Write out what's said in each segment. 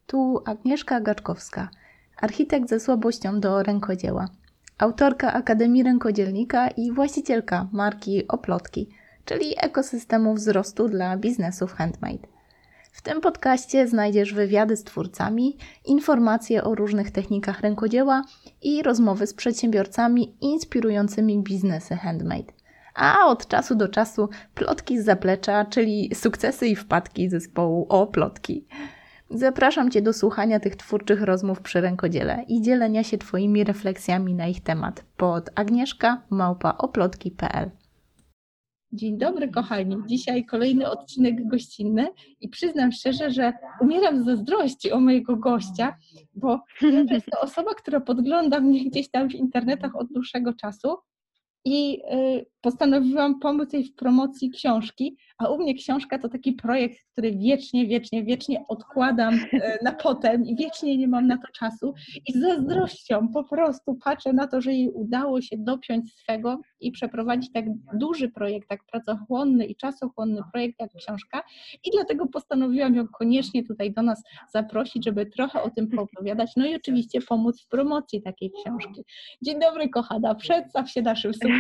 Tu Agnieszka Gaczkowska, architekt ze słabością do rękodzieła, autorka Akademii Rękodzielnika i właścicielka marki Oplotki, czyli ekosystemu wzrostu dla biznesów handmade. W tym podcaście znajdziesz wywiady z twórcami, informacje o różnych technikach rękodzieła i rozmowy z przedsiębiorcami inspirującymi biznesy handmade. A od czasu do czasu plotki z zaplecza, czyli sukcesy i wpadki zespołu Oplotki. Zapraszam Cię do słuchania tych twórczych rozmów przy rękodziele i dzielenia się Twoimi refleksjami na ich temat pod agnieszka@oplotki.pl. Dzień dobry kochani, dzisiaj kolejny odcinek gościnny i przyznam szczerze, że umieram z zazdrości o mojego gościa, bo jest to osoba, która podgląda mnie gdzieś tam w internetach od dłuższego czasu i postanowiłam pomóc jej w promocji książki, a u mnie książka to taki projekt, który wiecznie odkładam na potem i wiecznie nie mam na to czasu i z zazdrością po prostu patrzę na to, że jej udało się dopiąć swego i przeprowadzić tak duży projekt, tak pracochłonny i czasochłonny projekt jak książka i dlatego postanowiłam ją koniecznie tutaj do nas zaprosić, żeby trochę o tym poopowiadać, no i oczywiście pomóc w promocji takiej książki. Dzień dobry kochana, przedstaw się naszym słuchaczom.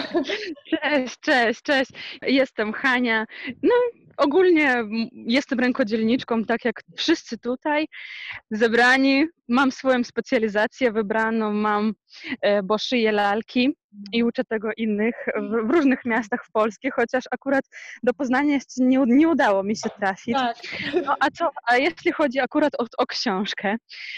Cześć. Jestem Hania. No, ogólnie jestem rękodzielniczką, tak jak wszyscy tutaj zebrani. Mam swoją specjalizację wybraną, bo szyję lalki i uczę tego innych w różnych miastach w Polsce, chociaż akurat do Poznania jeszcze nie udało mi się trafić. Tak. No, a jeśli chodzi akurat o książkę,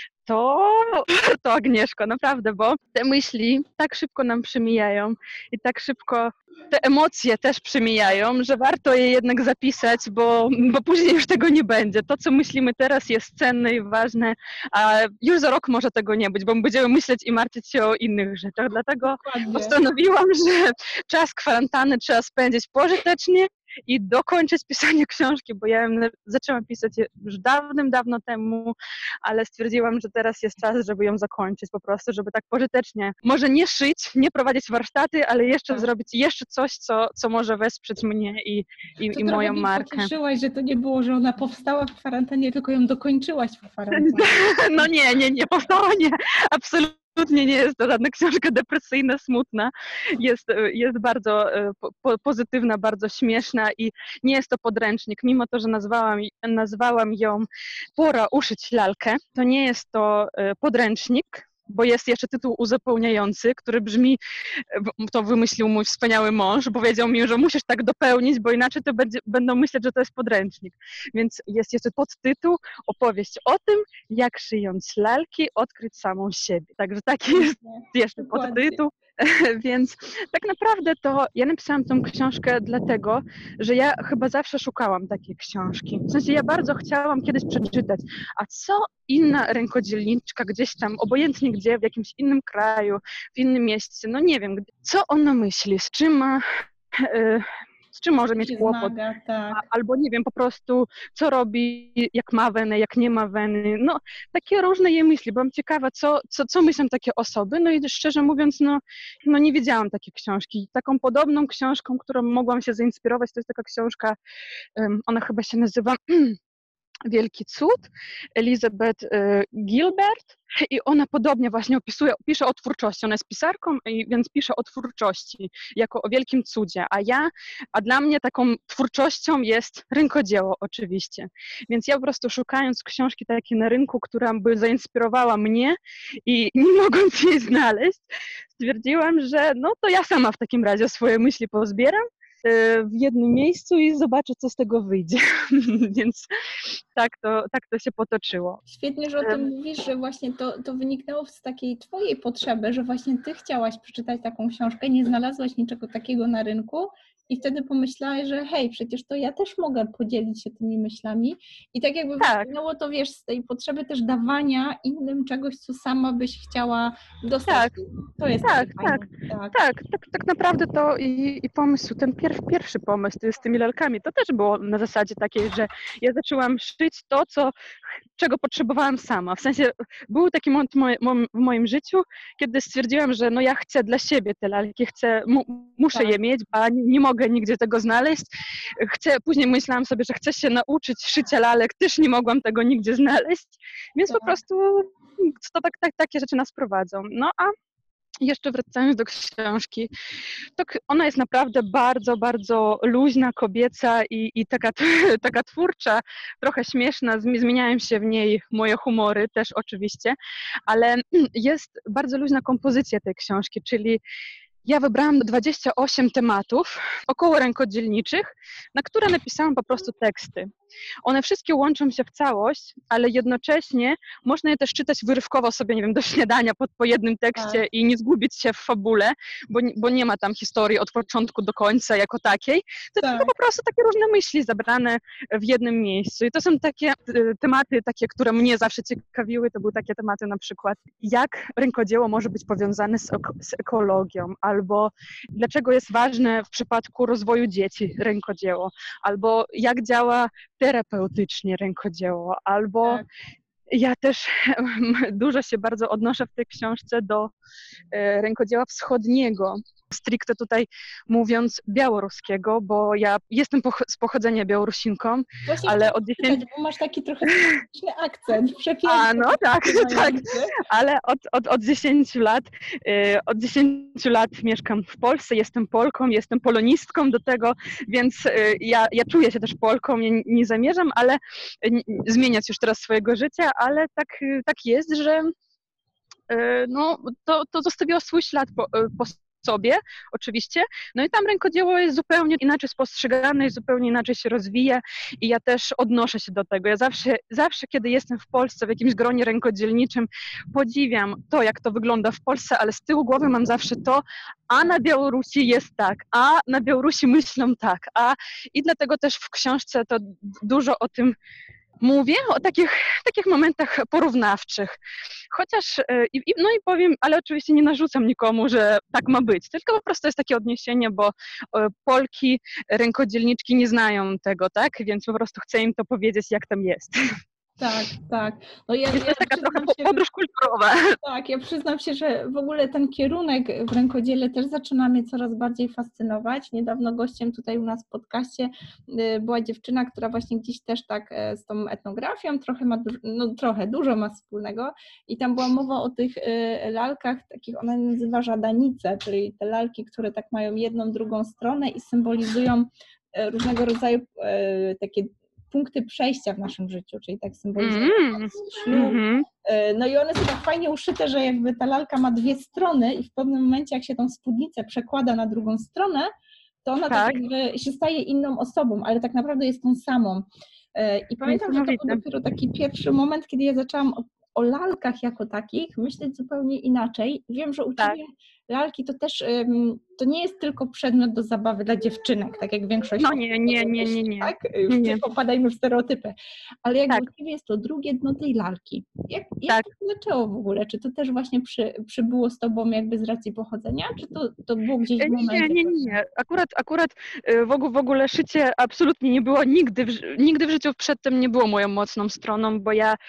to Agnieszko, naprawdę, bo te myśli tak szybko nam przemijają i tak szybko te emocje też przemijają, że warto je jednak zapisać, bo później już tego nie będzie. To, co myślimy teraz, jest cenne i ważne, a już za rok może tego nie być, bo będziemy myśleć i martwić się o innych rzeczach. Dlatego postanowiłam, że czas kwarantanny trzeba spędzić pożytecznie i dokończyć pisanie książki, bo ja ją zaczęłam pisać już dawno temu, ale stwierdziłam, że teraz jest czas, żeby ją zakończyć po prostu, żeby tak pożytecznie, może nie szyć, nie prowadzić warsztaty, ale jeszcze zrobić jeszcze coś, co może wesprzeć mnie i moją markę. Pocieszyłaś, że to nie było, że ona powstała w kwarantannie, tylko ją dokończyłaś w kwarantannie. No nie powstała, nie, absolutnie. Absolutnie nie jest to żadna książka depresyjna, smutna. Jest bardzo pozytywna, bardzo śmieszna i nie jest to podręcznik. Mimo to, że nazwałam ją Pora uszyć lalkę, to nie jest to podręcznik, bo jest jeszcze tytuł uzupełniający, który brzmi, to wymyślił mój wspaniały mąż, powiedział mi, że musisz tak dopełnić, bo inaczej to będą myśleć, że to jest podręcznik. Więc jest jeszcze podtytuł, opowieść o tym, jak szyjąc lalki odkryć samą siebie. Także taki jest jeszcze podtytuł. Więc tak naprawdę to ja napisałam tą książkę dlatego, że ja chyba zawsze szukałam takiej książki. W sensie ja bardzo chciałam kiedyś przeczytać, a co inna rękodzielniczka gdzieś tam, obojętnie gdzie, w jakimś innym kraju, w innym mieście, no nie wiem, co ona myśli, z czym może mieć kłopot, tak. Albo nie wiem po prostu, co robi, jak ma wenę, jak nie ma weny. No, takie różne jej myśli. Byłam ciekawa, co myślą takie osoby. No i szczerze mówiąc, no nie wiedziałam takiej książki. Taką podobną książką, którą mogłam się zainspirować, to jest taka książka, ona chyba się nazywa Wielki Cud, Elizabeth Gilbert i ona podobnie właśnie pisze o twórczości. Ona jest pisarką, więc pisze o twórczości jako o wielkim cudzie, a dla mnie taką twórczością jest rękodzieło oczywiście. Więc ja po prostu szukając książki takiej na rynku, która by zainspirowała mnie i nie mogąc jej znaleźć, stwierdziłam, że no to ja sama w takim razie swoje myśli pozbieram w jednym miejscu i zobaczę, co z tego wyjdzie. Więc tak to się potoczyło. Świetnie, że o tym mówisz, że właśnie to wyniknęło z takiej twojej potrzeby, że właśnie ty chciałaś przeczytać taką książkę, nie znalazłaś niczego takiego na rynku i wtedy pomyślałaś, że hej, przecież to ja też mogę podzielić się tymi myślami i tak jakby wyniknęło to, wiesz, z tej potrzeby też dawania innym czegoś, co sama byś chciała dostać. Tak, to jest tak naprawdę to i pomysł, ten pierwszy pomysł z tymi lalkami, to też było na zasadzie takiej, że ja zaczęłam szyć to, czego potrzebowałam sama. W sensie był taki moment w moim życiu, kiedy stwierdziłam, że no ja chcę dla siebie te lalki, muszę je mieć, bo nie mogę mogę nigdzie tego znaleźć. Później myślałam sobie, że chcę się nauczyć szycia lalek, też nie mogłam tego nigdzie znaleźć, więc po prostu takie rzeczy nas prowadzą. No a jeszcze wracając do książki, to ona jest naprawdę bardzo, bardzo luźna, kobieca i taka twórcza, trochę śmieszna, zmieniają się w niej moje humory też oczywiście, ale jest bardzo luźna kompozycja tej książki, czyli ja wybrałam 28 tematów około rękodzielniczych, na które napisałam po prostu teksty. One wszystkie łączą się w całość, ale jednocześnie można je też czytać wyrywkowo sobie, nie wiem, do śniadania po jednym tekście i nie zgubić się w fabule, bo nie ma tam historii od początku do końca jako takiej, tylko po prostu takie różne myśli zebrane w jednym miejscu. I to są takie tematy, które mnie zawsze ciekawiły, to były takie tematy na przykład, jak rękodzieło może być powiązane z ekologią, albo dlaczego jest ważne w przypadku rozwoju dzieci rękodzieło, albo jak działa terapeutycznie rękodzieło, albo ja też dużo się bardzo odnoszę w tej książce do rękodzieła wschodniego, stricte tutaj mówiąc białoruskiego, bo ja jestem z pochodzenia Białorusinką, właśnie ale od 10... Bo masz taki trochę specyficzny akcent, przepiękny. A, no tak, ale od 10 lat, mieszkam w Polsce, jestem Polką, jestem polonistką do tego, więc ja czuję się też Polką, nie zamierzam, ale zmieniać już teraz swojego życia, ale tak jest, że no, to zostawiło swój ślad po sobie, oczywiście. No i tam rękodzieło jest zupełnie inaczej postrzegane i zupełnie inaczej się rozwija i ja też odnoszę się do tego. Ja zawsze, kiedy jestem w Polsce, w jakimś gronie rękodzielniczym, podziwiam to, jak to wygląda w Polsce, ale z tyłu głowy mam zawsze to, a na Białorusi jest tak, a na Białorusi myślą tak, i dlatego też w książce to dużo o tym mówię, o takich momentach porównawczych. Chociaż, no i powiem, ale oczywiście nie narzucam nikomu, że tak ma być, tylko po prostu jest takie odniesienie, bo Polki, rękodzielniczki nie znają tego, tak? Więc po prostu chcę im to powiedzieć, jak tam jest. Tak. No to jest taka trochę podróż kulturowa. Tak, ja przyznam się, że w ogóle ten kierunek w rękodziele też zaczyna mnie coraz bardziej fascynować. Niedawno gościem tutaj u nas w podcaście była dziewczyna, która właśnie gdzieś też tak z tą etnografią dużo ma wspólnego i tam była mowa o tych lalkach, takich ona nazywa żadanice, czyli te lalki, które tak mają jedną, drugą stronę i symbolizują różnego rodzaju takie punkty przejścia w naszym życiu, czyli tak symbolizują ślub. No i one są tak fajnie uszyte, że jakby ta lalka ma dwie strony i w pewnym momencie, jak się tą spódnicę przekłada na drugą stronę, to ona tak jakby się staje inną osobą, ale tak naprawdę jest tą samą. I pamiętam, że to był dopiero taki pierwszy moment, kiedy ja zaczęłam o lalkach jako takich myśleć zupełnie inaczej. Wiem, że u Ciebie lalki to też, to nie jest tylko przedmiot do zabawy dla dziewczynek, tak jak większość. No nie. Tak? Już nie popadajmy w stereotypy. Ale jakby u Ciebie jest to drugie dno tej lalki. Jak to zaczęło w ogóle? Czy to też właśnie przybyło z Tobą jakby z racji pochodzenia? Czy to było gdzieś w momencie? Nie. Akurat w ogóle szycie absolutnie nie było nigdy w życiu przedtem nie było moją mocną stroną, bo ja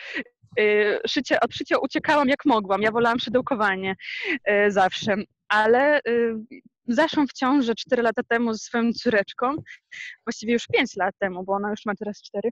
od szycia uciekałam jak mogłam. Ja wolałam szydełkowanie zawsze, ale zaszłam w ciążę 4 lata temu ze swoją córeczką, właściwie już 5 lat temu, bo ona już ma teraz 4,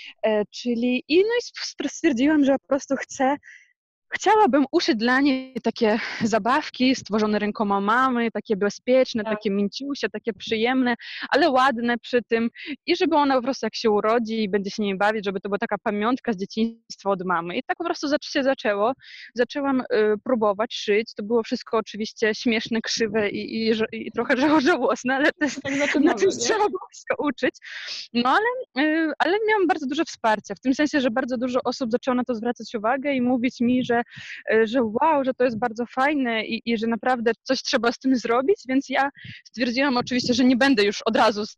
i stwierdziłam, że po prostu chciałabym uszyć dla niej takie zabawki stworzone rękoma mamy, takie bezpieczne, takie mięciusie, takie przyjemne, ale ładne przy tym i żeby ona po prostu jak się urodzi i będzie się nimi bawić, żeby to była taka pamiątka z dzieciństwa od mamy. I tak po prostu się zaczęło. Zaczęłam próbować szyć. To było wszystko oczywiście śmieszne, krzywe i trochę żałosne, ale też na tym trzeba było się uczyć. No ale miałam bardzo dużo wsparcia, w tym sensie, że bardzo dużo osób zaczęło na to zwracać uwagę i mówić mi, że wow, że to jest bardzo fajne i że naprawdę coś trzeba z tym zrobić, więc ja stwierdziłam oczywiście, że nie będę już od razu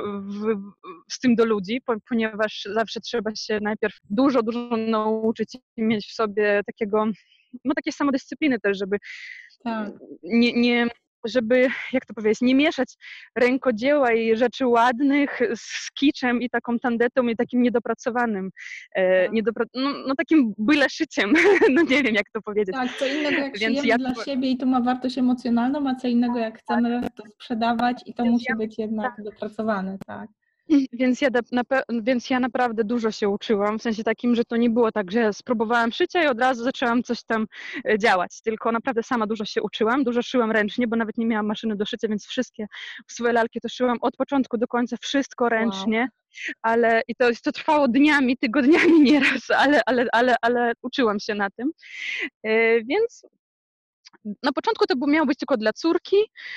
z tym do ludzi, ponieważ zawsze trzeba się najpierw dużo nauczyć i mieć w sobie takiej samodyscypliny też, żeby żeby, jak to powiedzieć, nie mieszać rękodzieła i rzeczy ładnych z kiczem i taką tandetą i takim niedopracowanym, no takim byle szyciem, no nie wiem, jak to powiedzieć. Tak, co innego jak Więc szyjemy dla siebie i to ma wartość emocjonalną, a co innego jak chcemy to sprzedawać i to musi być jednak dopracowane, tak. Więc ja naprawdę dużo się uczyłam, w sensie takim, że to nie było tak, że spróbowałam szycia i od razu zaczęłam coś tam działać, tylko naprawdę sama dużo się uczyłam, dużo szyłam ręcznie, bo nawet nie miałam maszyny do szycia, więc wszystkie swoje lalki to szyłam od początku do końca, wszystko ręcznie, ale i to trwało dniami, tygodniami nieraz, ale uczyłam się na tym, więc na początku to miało być tylko dla córki,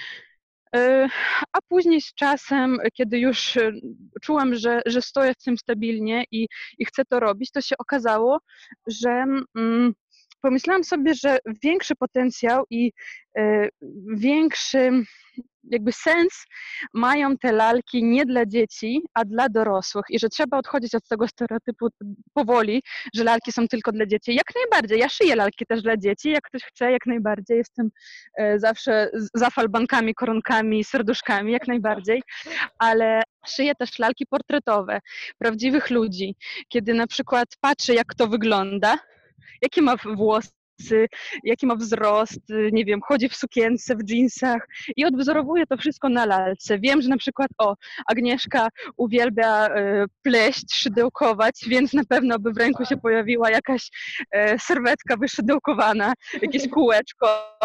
a później z czasem, kiedy już czułam, że stoję w tym stabilnie i chcę to robić, to się okazało, że pomyślałam sobie, że większy potencjał i większy jakby sens mają te lalki nie dla dzieci, a dla dorosłych i że trzeba odchodzić od tego stereotypu powoli, że lalki są tylko dla dzieci. Jak najbardziej, ja szyję lalki też dla dzieci, jak ktoś chce, jak najbardziej. Jestem zawsze za falbankami, koronkami, serduszkami, jak najbardziej, ale szyję też lalki portretowe, prawdziwych ludzi. Kiedy na przykład patrzę, jak to wygląda, jakie ma włosy, jaki ma wzrost, nie wiem, chodzi w sukience, w dżinsach i odwzorowuję to wszystko na lalce. Wiem, że na przykład Agnieszka uwielbia pleść, szydełkować, więc na pewno by w ręku się pojawiła jakaś serwetka wyszydełkowana, jakieś kółeczko,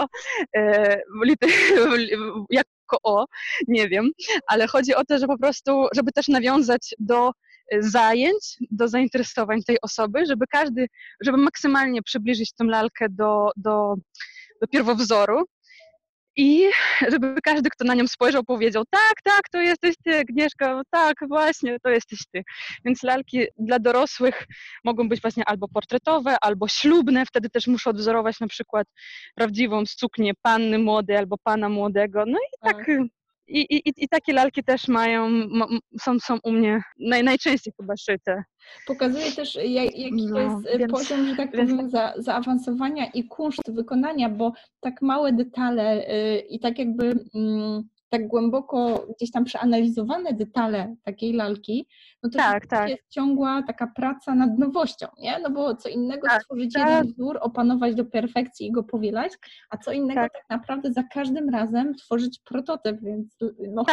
nie wiem, ale chodzi o to, że po prostu, żeby też nawiązać do zajęć, do zainteresowań tej osoby, żeby maksymalnie przybliżyć tę lalkę do pierwowzoru i żeby każdy, kto na nią spojrzał, powiedział tak, to jesteś ty, Agnieszka, tak, właśnie, to jesteś ty. Więc lalki dla dorosłych mogą być właśnie albo portretowe, albo ślubne, wtedy też muszę odwzorować na przykład prawdziwą suknię panny młodej albo pana młodego, no i tak. I takie lalki też są u mnie najczęściej chyba szyte. Pokazuje też, jaki to jest poziom, że tak powiem, zaawansowania i kunszt wykonania, bo tak małe detale i tak jakby tak głęboko gdzieś tam przeanalizowane detale takiej lalki, no to jest ciągła taka praca nad nowością, nie? No bo co innego stworzyć jeden wzór, opanować do perfekcji i go powielać, a co innego tak naprawdę za każdym razem tworzyć prototyp, więc no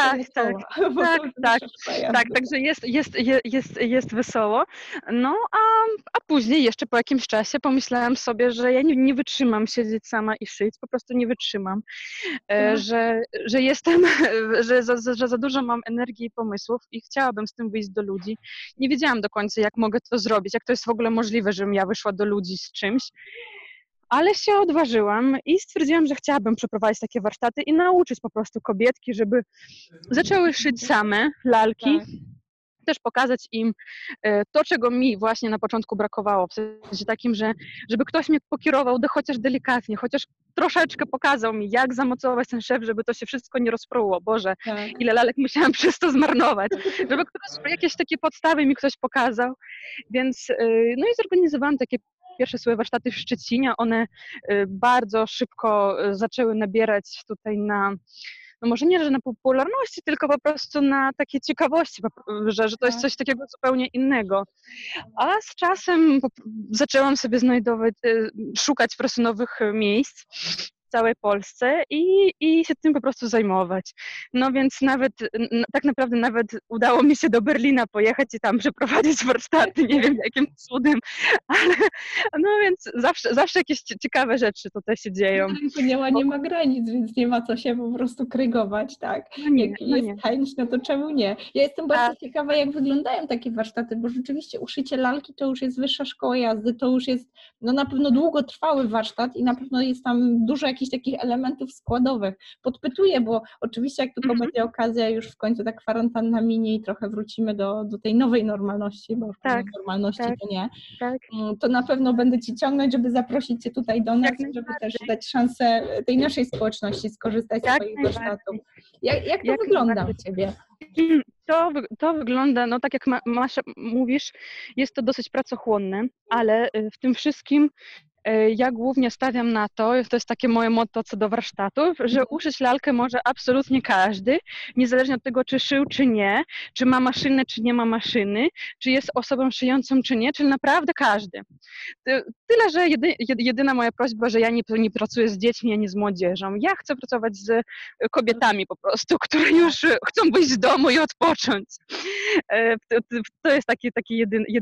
także jest wesoło. No a później jeszcze po jakimś czasie pomyślałam sobie, że ja nie wytrzymam siedzieć sama i szyć, po prostu nie wytrzymam, że jestem, że za dużo mam energii i pomysłów i chciałabym z tym wyjść do ludzi. Nie wiedziałam do końca, jak mogę to zrobić, jak to jest w ogóle możliwe, żebym ja wyszła do ludzi z czymś. Ale się odważyłam i stwierdziłam, że chciałabym przeprowadzić takie warsztaty i nauczyć po prostu kobietki, żeby zaczęły szyć same lalki. Też pokazać im to, czego mi właśnie na początku brakowało, w sensie takim, żeby ktoś mnie pokierował chociaż delikatnie, chociaż troszeczkę pokazał mi, jak zamocować ten szef, żeby to się wszystko nie rozpruło. Boże, ile lalek musiałam przez to zmarnować, żeby jakieś takie podstawy mi ktoś pokazał. Więc no i zorganizowałam takie pierwsze swoje warsztaty w Szczecinie. One bardzo szybko zaczęły nabierać tutaj no może nie, że na popularności, tylko po prostu na takiej ciekawości, że to jest coś takiego zupełnie innego. A z czasem zaczęłam sobie szukać po prostu nowych miejsc w całej Polsce i się tym po prostu zajmować. No więc tak naprawdę nawet udało mi się do Berlina pojechać i tam przeprowadzić warsztaty, nie wiem jakim cudem, ale no więc zawsze jakieś ciekawe rzeczy tutaj się dzieją. Nie ma granic, więc nie ma co się po prostu krygować, tak? Jak jest chęć, no to czemu nie? Ja jestem bardzo ciekawa, jak wyglądają takie warsztaty, bo rzeczywiście uszycie lalki to już jest wyższa szkoła jazdy, to już jest no na pewno długotrwały warsztat i na pewno jest tam dużo jakichś takich elementów składowych. Podpytuję, bo oczywiście jak tylko będzie okazja, już w końcu ta kwarantanna minie i trochę wrócimy do tej nowej normalności, bo normalności to nie, to na pewno będę Ci ciągnąć, żeby zaprosić Cię tutaj do nas, żeby też dać szansę tej naszej społeczności skorzystać z swoich warsztatów. Jak to wygląda u Ciebie? To wygląda, no tak jak Masza mówisz, jest to dosyć pracochłonne, ale w tym wszystkim Ja głównie stawiam na to jest takie moje motto co do warsztatów, że uszyć lalkę może absolutnie każdy, niezależnie od tego, czy szył, czy nie, czy ma maszynę, czy nie ma maszyny, czy jest osobą szyjącą, czy nie, czyli naprawdę każdy. Tyle, że jedyna moja prośba, że ja nie pracuję z dziećmi, ani z młodzieżą. Ja chcę pracować z kobietami po prostu, które już chcą wyjść z domu i odpocząć. To jest takie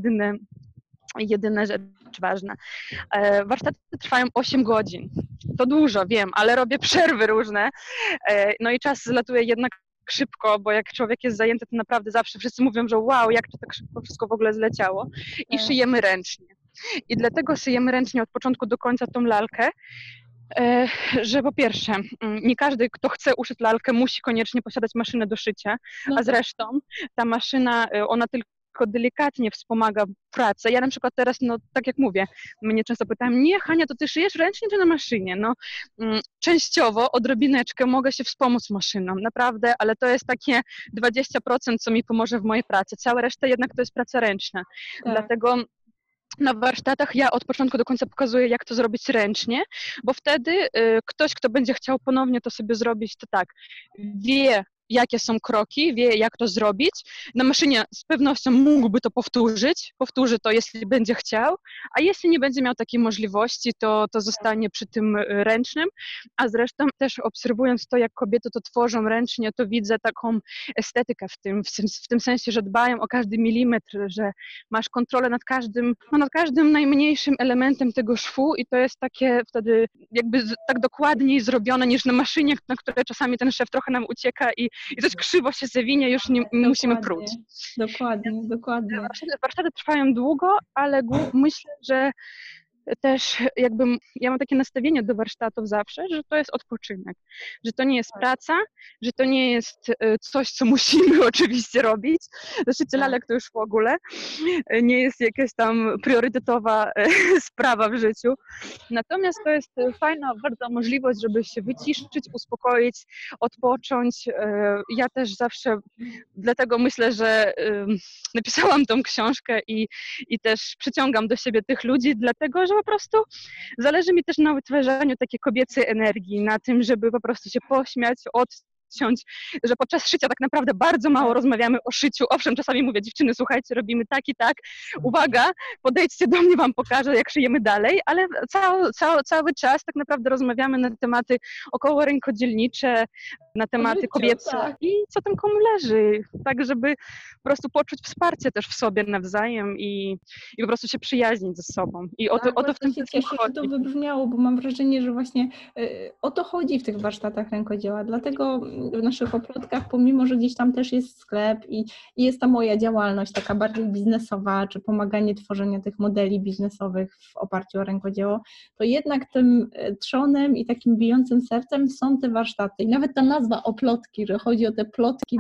jedyna rzecz ważna. Warsztaty trwają 8 godzin. To dużo, wiem, ale robię przerwy różne. No i czas zlatuje jednak szybko, bo jak człowiek jest zajęty, to naprawdę zawsze wszyscy mówią, że wow, jak to tak szybko wszystko w ogóle zleciało. I szyjemy ręcznie. I dlatego szyjemy ręcznie od początku do końca tą lalkę, że po pierwsze, nie każdy, kto chce uszyć lalkę, musi koniecznie posiadać maszynę do szycia, a zresztą ta maszyna, ona tylko delikatnie wspomaga pracę. Ja na przykład teraz, no tak jak mówię, mnie często pytają, nie Hania, to ty szyjesz ręcznie czy na maszynie? No częściowo, odrobineczkę mogę się wspomóc maszyną, naprawdę, ale to jest takie 20%, co mi pomoże w mojej pracy. Cała reszta jednak to jest praca ręczna. Tak. Dlatego na warsztatach ja od początku do końca pokazuję, jak to zrobić ręcznie, bo wtedy ktoś, kto będzie chciał ponownie to sobie zrobić, to tak, wie, jakie są kroki, wie, jak to zrobić. Na maszynie z pewnością mógłby to powtórzy to, jeśli będzie chciał, a jeśli nie będzie miał takiej możliwości, to zostanie przy tym ręcznym, a zresztą też obserwując to, jak kobiety to tworzą ręcznie, to widzę taką estetykę w tym sensie, że dbają o każdy milimetr, że masz kontrolę nad każdym najmniejszym elementem tego szwu i to jest takie wtedy jakby tak dokładniej zrobione niż na maszynie, na której czasami ten szef trochę nam ucieka i coś krzywo się zawinie, już nie musimy pruć. Dokładnie. Warsztaty trwają długo, ale myślę, że też jakby ja mam takie nastawienie do warsztatów zawsze, że to jest odpoczynek, że to nie jest praca, że to nie jest coś, co musimy oczywiście robić. Szycie lalek to już w ogóle nie jest jakaś tam priorytetowa sprawa w życiu. Natomiast to jest fajna bardzo możliwość, żeby się wyciszyć, uspokoić, odpocząć. Ja też zawsze dlatego myślę, że napisałam tą książkę i też przyciągam do siebie tych ludzi, dlatego, że po prostu zależy mi też na wytwarzaniu takiej kobiecej energii, na tym, żeby po prostu się pośmiać, odciąć, że podczas szycia tak naprawdę bardzo mało rozmawiamy o szyciu. Owszem, czasami mówię, dziewczyny, słuchajcie, robimy tak i tak, uwaga, podejdźcie do mnie, wam pokażę, jak szyjemy dalej, ale cały czas tak naprawdę rozmawiamy na tematy około rękodzielnicze, na tematy kobiece i co tam komu leży, tak żeby po prostu poczuć wsparcie też w sobie nawzajem i po prostu się przyjaźnić ze sobą. I o to w tym się cieszę, że to wybrzmiało, bo mam wrażenie, że właśnie o to chodzi w tych warsztatach rękodzieła. Dlatego w naszych oplotkach, pomimo że gdzieś tam też jest sklep i jest ta moja działalność taka bardziej biznesowa, czy pomaganie tworzenia tych modeli biznesowych w oparciu o rękodzieło, to jednak tym trzonem i takim bijącym sercem są te warsztaty. I nawet ta nazwa oplotki, że chodzi o te plotki.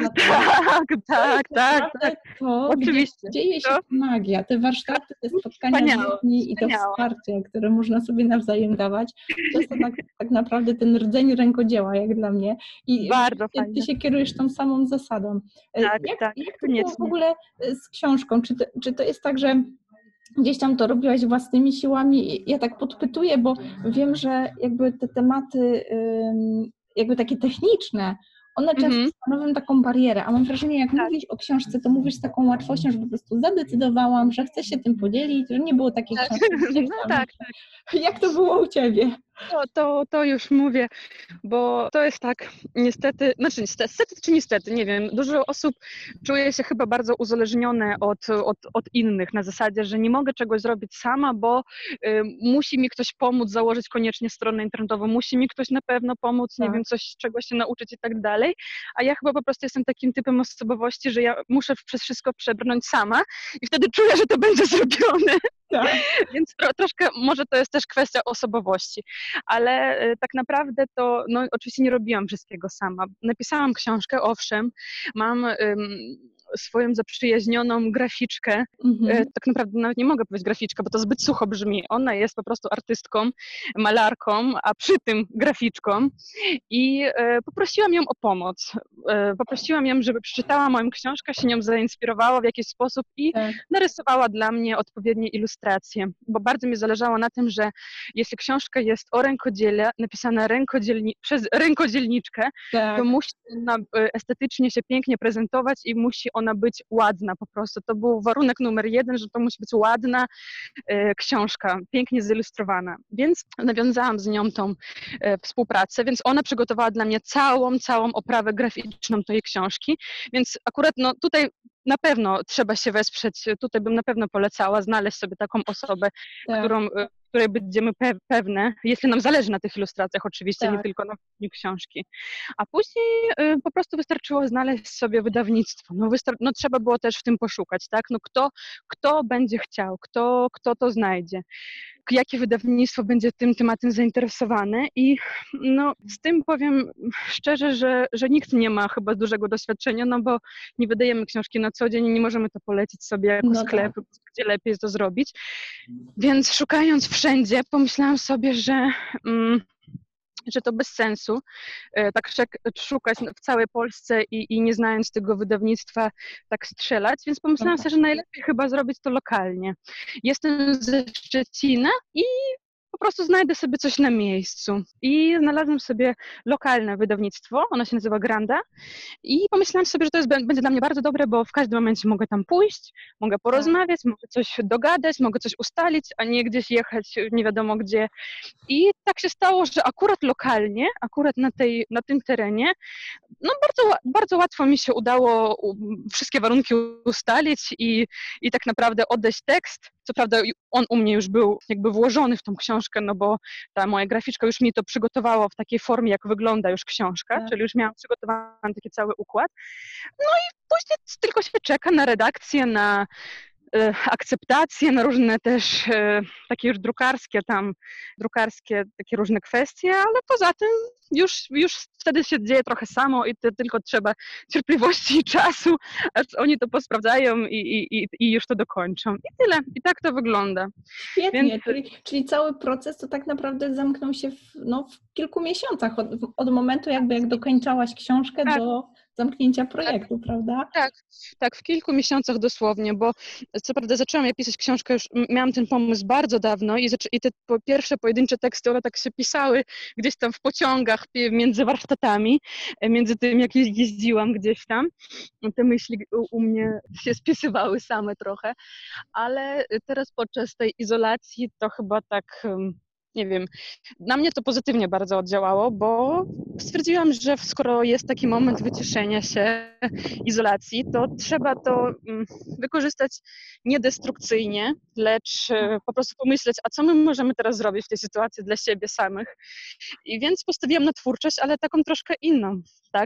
Tak. To oczywiście. Dzieje się magia. Te warsztaty, te spotkania z ludźmi i to wsparcie, które można sobie nawzajem dawać, to jest to tak naprawdę ten rdzeń rękodzieła, jak dla mnie. I bardzo ty się kierujesz tą samą zasadą. Jak to było w ogóle z książką? Czy to jest tak, że gdzieś tam to robiłaś własnymi siłami? Ja tak podpytuję, bo wiem, że jakby te tematy jakby takie techniczne, one często stanowią taką barierę, a mam wrażenie, jak mówisz o książce, to mówisz z taką łatwością, że po prostu zadecydowałam, że chcę się tym podzielić, że nie było takiej książki. Tak. Jak to było u Ciebie? To już mówię, bo to jest tak, niestety czy niestety, nie wiem, dużo osób czuje się chyba bardzo uzależnione od innych na zasadzie, że nie mogę czegoś zrobić sama, bo musi mi ktoś pomóc założyć koniecznie stronę internetową, musi mi ktoś na pewno pomóc, nie wiem, czegoś się nauczyć i tak dalej, a ja chyba po prostu jestem takim typem osobowości, że ja muszę przez wszystko przebrnąć sama i wtedy czuję, że to będzie zrobione. Tak. Więc troszkę może to jest też kwestia osobowości, ale tak naprawdę to oczywiście nie robiłam wszystkiego sama. Napisałam książkę, owszem, mam swoją zaprzyjaźnioną graficzkę, tak naprawdę nawet nie mogę powiedzieć graficzka, bo to zbyt sucho brzmi. Ona jest po prostu artystką, malarką, a przy tym graficzką i poprosiłam ją o pomoc. Poprosiłam ją, żeby przeczytała moją książkę, się nią zainspirowała w jakiś sposób i narysowała dla mnie odpowiednie ilustracje, bo bardzo mi zależało na tym, że jeśli książka jest o rękodziele, napisana przez rękodzielniczkę, to musi ona estetycznie się pięknie prezentować i musi ona być ładna po prostu. To był warunek numer 1, że to musi być ładna książka, pięknie zilustrowana. Więc nawiązałam z nią tą współpracę, więc ona przygotowała dla mnie całą oprawę graficzną tej książki, więc akurat no tutaj na pewno trzeba się wesprzeć, tutaj bym na pewno polecała znaleźć sobie taką osobę, której będziemy pewne, jeśli nam zależy na tych ilustracjach oczywiście, nie tylko na książki. A później po prostu wystarczyło znaleźć sobie wydawnictwo. No trzeba było też w tym poszukać, tak? No kto będzie chciał, kto to znajdzie, jakie wydawnictwo będzie tym tematem zainteresowane i no z tym powiem szczerze, że nikt nie ma chyba dużego doświadczenia, no bo nie wydajemy książki na co dzień i nie możemy to polecić sobie jako sklep, gdzie lepiej jest to zrobić. Więc szukając wszędzie, pomyślałam sobie, że to bez sensu tak szukać w całej Polsce i nie znając tego wydawnictwa tak strzelać, więc pomyślałam sobie, że najlepiej chyba zrobić to lokalnie. Jestem ze Szczecina i po prostu znajdę sobie coś na miejscu. I znalazłam sobie lokalne wydawnictwo, ono się nazywa Granda i pomyślałam sobie, że to będzie dla mnie bardzo dobre, bo w każdym momencie mogę tam pójść, mogę porozmawiać, mogę coś dogadać, mogę coś ustalić, a nie gdzieś jechać nie wiadomo gdzie. I tak się stało, że akurat lokalnie, akurat na tym terenie, no bardzo łatwo mi się udało wszystkie warunki ustalić i tak naprawdę oddać tekst. Co prawda on u mnie już był jakby włożony w tą książkę, no bo ta moja graficzka już mi to przygotowała w takiej formie, jak wygląda już książka, czyli już miałam przygotowany taki cały układ. No i później tylko się czeka na redakcję, na akceptacje, na różne też takie już drukarskie takie różne kwestie, ale poza tym już wtedy się dzieje trochę samo i tylko trzeba cierpliwości i czasu, aż oni to posprawdzają i już to dokończą. I tyle. I tak to wygląda. Świetnie, czyli cały proces to tak naprawdę zamknął się w kilku miesiącach od momentu jak dokończałaś książkę do zamknięcia projektu, prawda? Tak, w kilku miesiącach dosłownie, bo co prawda zaczęłam ja pisać książkę, już miałam ten pomysł bardzo dawno i te pierwsze pojedyncze teksty, one tak się pisały gdzieś tam w pociągach między warsztatami, między tym jak jeździłam gdzieś tam. Te myśli u mnie się spisywały same trochę, ale teraz podczas tej izolacji to chyba tak... Nie wiem, na mnie to pozytywnie bardzo oddziałało, bo stwierdziłam, że skoro jest taki moment wyciszenia się, izolacji, to trzeba to wykorzystać niedestrukcyjnie, lecz po prostu pomyśleć, a co my możemy teraz zrobić w tej sytuacji dla siebie samych. I więc postawiłam na twórczość, ale taką troszkę inną, tak?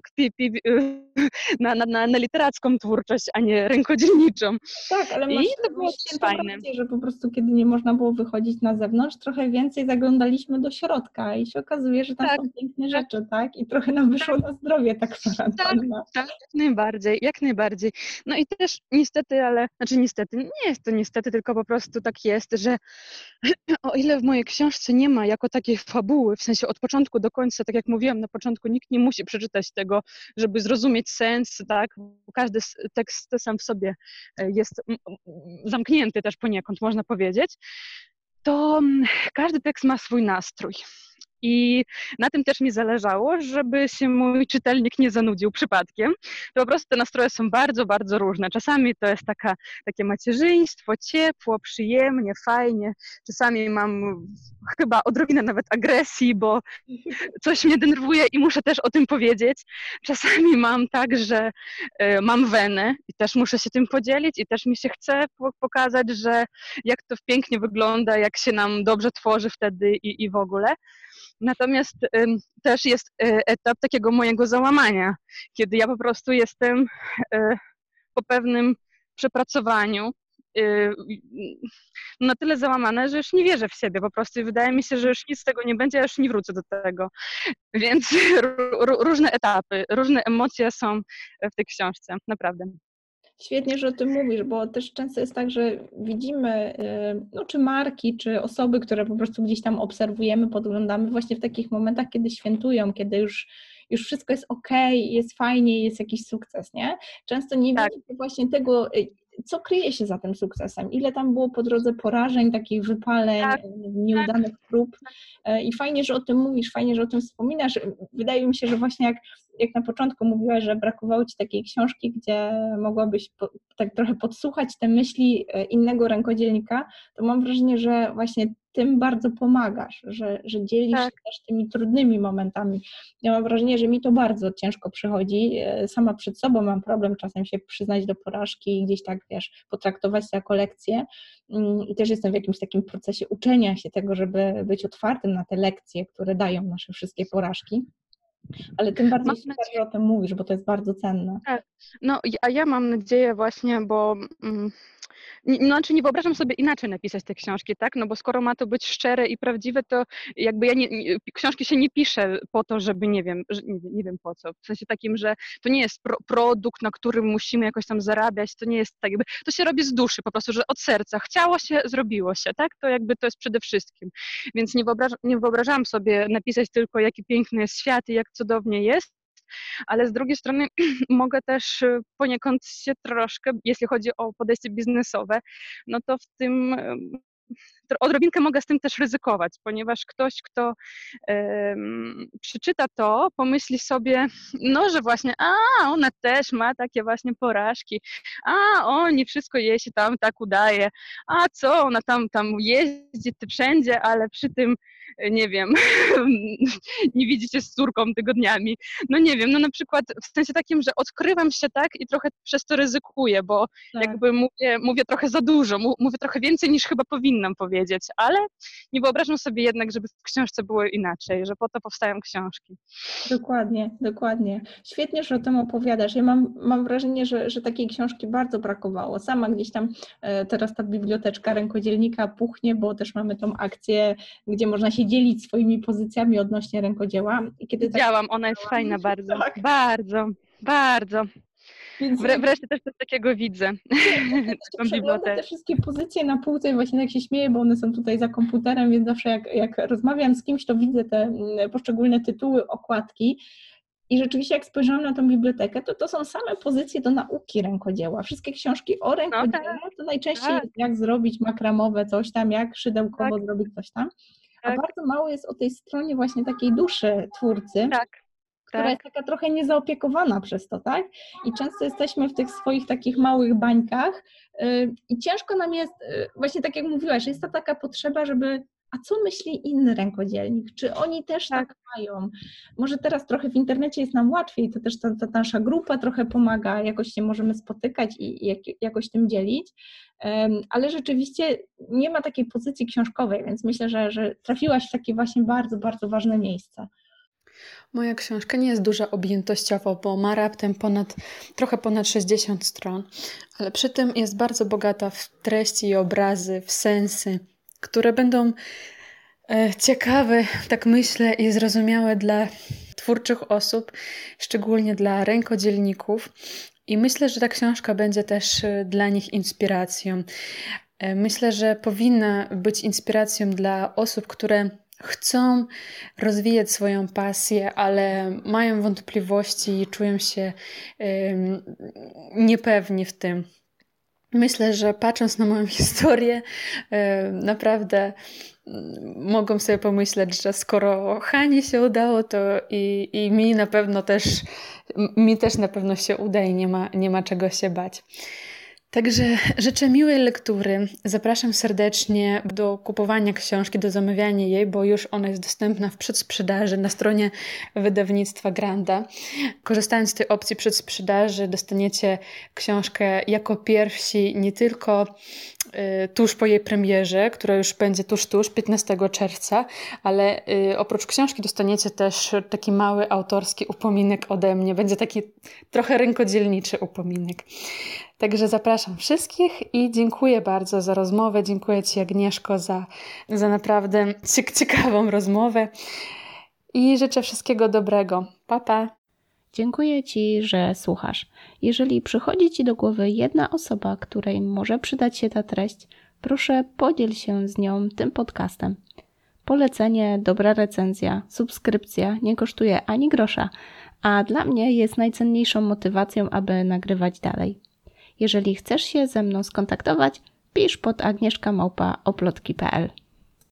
Na literacką twórczość, a nie rękodzielniczą. Tak, ale i to było fajne. Rację, że po prostu kiedy nie można było wychodzić na zewnątrz, trochę więcej zaglądaliśmy do środka i się okazuje, że tam są piękne rzeczy, tak? I trochę nam wyszło na zdrowie ta kwarantanna. Tak, jak najbardziej. No i też niestety, nie jest to niestety, tylko po prostu tak jest, że o ile w mojej książce nie ma jako takiej fabuły, w sensie od początku do końca, tak jak mówiłam na początku, nikt nie musi przeczytać tego, żeby zrozumieć sens, tak? Każdy tekst sam w sobie jest zamknięty też poniekąd, można powiedzieć, to każdy tekst ma swój nastrój. I na tym też mi zależało, żeby się mój czytelnik nie zanudził przypadkiem. To po prostu te nastroje są bardzo, bardzo różne. Czasami to jest takie macierzyństwo, ciepło, przyjemnie, fajnie. Czasami mam chyba odrobinę nawet agresji, bo coś mnie denerwuje i muszę też o tym powiedzieć. Czasami mam tak, że mam wenę i też muszę się tym podzielić i też mi się chce pokazać, że jak to pięknie wygląda, jak się nam dobrze tworzy wtedy i w ogóle. Natomiast też jest etap takiego mojego załamania, kiedy ja po prostu jestem po pewnym przepracowaniu na tyle załamana, że już nie wierzę w siebie po prostu i wydaje mi się, że już nic z tego nie będzie, a już nie wrócę do tego. Więc różne etapy, różne emocje są w tej książce, naprawdę. Świetnie, że o tym mówisz, bo też często jest tak, że widzimy, no, czy marki, czy osoby, które po prostu gdzieś tam obserwujemy, podglądamy właśnie w takich momentach, kiedy świętują, kiedy już wszystko jest okej, jest fajnie, jest jakiś sukces, nie? Często nie Tak, widzimy właśnie tego, co kryje się za tym sukcesem, ile tam było po drodze porażeń, takich wypaleń, tak, tak, nieudanych prób. I fajnie, że o tym mówisz, fajnie, że o tym wspominasz. Wydaje mi się, że właśnie jak na początku mówiłaś, że brakowało Ci takiej książki, gdzie mogłabyś tak trochę podsłuchać te myśli innego rękodzielnika, to mam wrażenie, że właśnie tym bardzo pomagasz, że dzielisz się tak. też tymi trudnymi momentami. Ja mam wrażenie, że mi to bardzo ciężko przychodzi. Sama przed sobą mam problem czasem się przyznać do porażki i gdzieś tak, wiesz, potraktować to jako lekcję. I też jestem w jakimś takim procesie uczenia się tego, żeby być otwartym na te lekcje, które dają nasze wszystkie porażki. Ale tym Mam bardziej super, nadzieję, że o tym mówisz, bo to jest bardzo cenne. tak. No, a ja mam nadzieję właśnie, bo znaczy nie wyobrażam sobie inaczej napisać te książki, tak? No bo skoro ma to być szczere i prawdziwe, to jakby ja książki się nie piszę po to, żeby nie wiem, nie wiem po co. W sensie takim, że to nie jest produkt, na którym musimy jakoś tam zarabiać, to nie jest tak jakby, to się robi z duszy po prostu, że od serca. Chciało się, zrobiło się, tak? To jakby to jest przede wszystkim. Więc nie wyobrażałam sobie napisać tylko, jaki piękny jest świat i jak cudownie jest, ale z drugiej strony mogę też poniekąd się troszkę, jeśli chodzi o podejście biznesowe, no to w tym odrobinkę mogę z tym też ryzykować, ponieważ ktoś, kto przeczyta to, pomyśli sobie, no, że właśnie, ona też ma takie właśnie porażki, oni wszystko jej się tam tak udaje, co, ona tam jeździ wszędzie, ale przy tym, nie wiem, nie widzicie z córką tygodniami. No nie wiem, no na przykład w sensie takim, że odkrywam się tak i trochę przez to ryzykuję, bo Tak. jakby mówię trochę za dużo, mówię trochę więcej niż chyba powinnam powiedzieć, ale nie wyobrażam sobie jednak, żeby w książce było inaczej, że po to powstają książki. Dokładnie, dokładnie. Świetnie, że o tym opowiadasz. Ja mam wrażenie, że takiej książki bardzo brakowało. Sama gdzieś tam teraz ta biblioteczka rękodzielnika puchnie, bo też mamy tą akcję, gdzie można się dzielić swoimi pozycjami odnośnie rękodzieła. I kiedy tak Widziałam, ona jest fajna bardzo, tak, bardzo, bardzo. więc Wreszcie też coś takiego widzę. jeszcze Taką przeglądam te bibliotekę. wszystkie pozycje na półce i właśnie tak się śmieję, bo one są tutaj za komputerem, więc zawsze jak rozmawiam z kimś, to widzę te poszczególne tytuły, okładki. I rzeczywiście jak spojrzałam na tą bibliotekę, to są same pozycje do nauki rękodzieła. Wszystkie książki o No tak, rękodziele to najczęściej tak, jest jak zrobić makramowe coś tam, jak tak, szydełkowo zrobić coś tam, a tak, bardzo mało jest o tej stronie właśnie takiej duszy twórcy, tak, która tak, jest taka trochę niezaopiekowana przez to, tak? I często jesteśmy w tych swoich takich małych bańkach i ciężko nam jest, właśnie tak jak mówiłaś, że jest ta taka potrzeba, żeby a co myśli inny rękodzielnik? Czy oni też tak mają? Może teraz trochę w internecie jest nam łatwiej, to też ta nasza grupa trochę pomaga, jakoś się możemy spotykać i jakoś tym dzielić, ale rzeczywiście nie ma takiej pozycji książkowej, więc myślę, że trafiłaś w takie właśnie bardzo, bardzo ważne miejsce. Moja książka nie jest duża objętościowo, bo ma raptem trochę ponad 60 stron, ale przy tym jest bardzo bogata w treści i obrazy, w sensy, które będą ciekawe, tak myślę, i zrozumiałe dla twórczych osób, szczególnie dla rękodzielników. I myślę, że ta książka będzie też dla nich inspiracją. Myślę, że powinna być inspiracją dla osób, które chcą rozwijać swoją pasję, ale mają wątpliwości i czują się niepewni w tym. Myślę, że patrząc na moją historię, naprawdę mogą sobie pomyśleć, że skoro Hani się udało, to i mi też na pewno się uda i nie ma czego się bać. Także życzę miłej lektury. Zapraszam serdecznie do kupowania książki, do zamawiania jej, bo już ona jest dostępna w przedsprzedaży na stronie wydawnictwa Granda. Korzystając z tej opcji przedsprzedaży dostaniecie książkę jako pierwsi nie tylko tuż po jej premierze, która już będzie tuż 15 czerwca, ale oprócz książki dostaniecie też taki mały autorski upominek ode mnie. Będzie taki trochę rękodzielniczy upominek. Także zapraszam wszystkich i dziękuję bardzo za rozmowę. Dziękuję Ci, Agnieszko, za naprawdę ciekawą rozmowę i życzę wszystkiego dobrego. Pa, pa! Dziękuję Ci, że słuchasz. Jeżeli przychodzi Ci do głowy jedna osoba, której może przydać się ta treść, proszę podziel się z nią tym podcastem. Polecenie, dobra recenzja, subskrypcja nie kosztuje ani grosza, a dla mnie jest najcenniejszą motywacją, aby nagrywać dalej. Jeżeli chcesz się ze mną skontaktować, pisz pod agnieszka@oplotki.pl.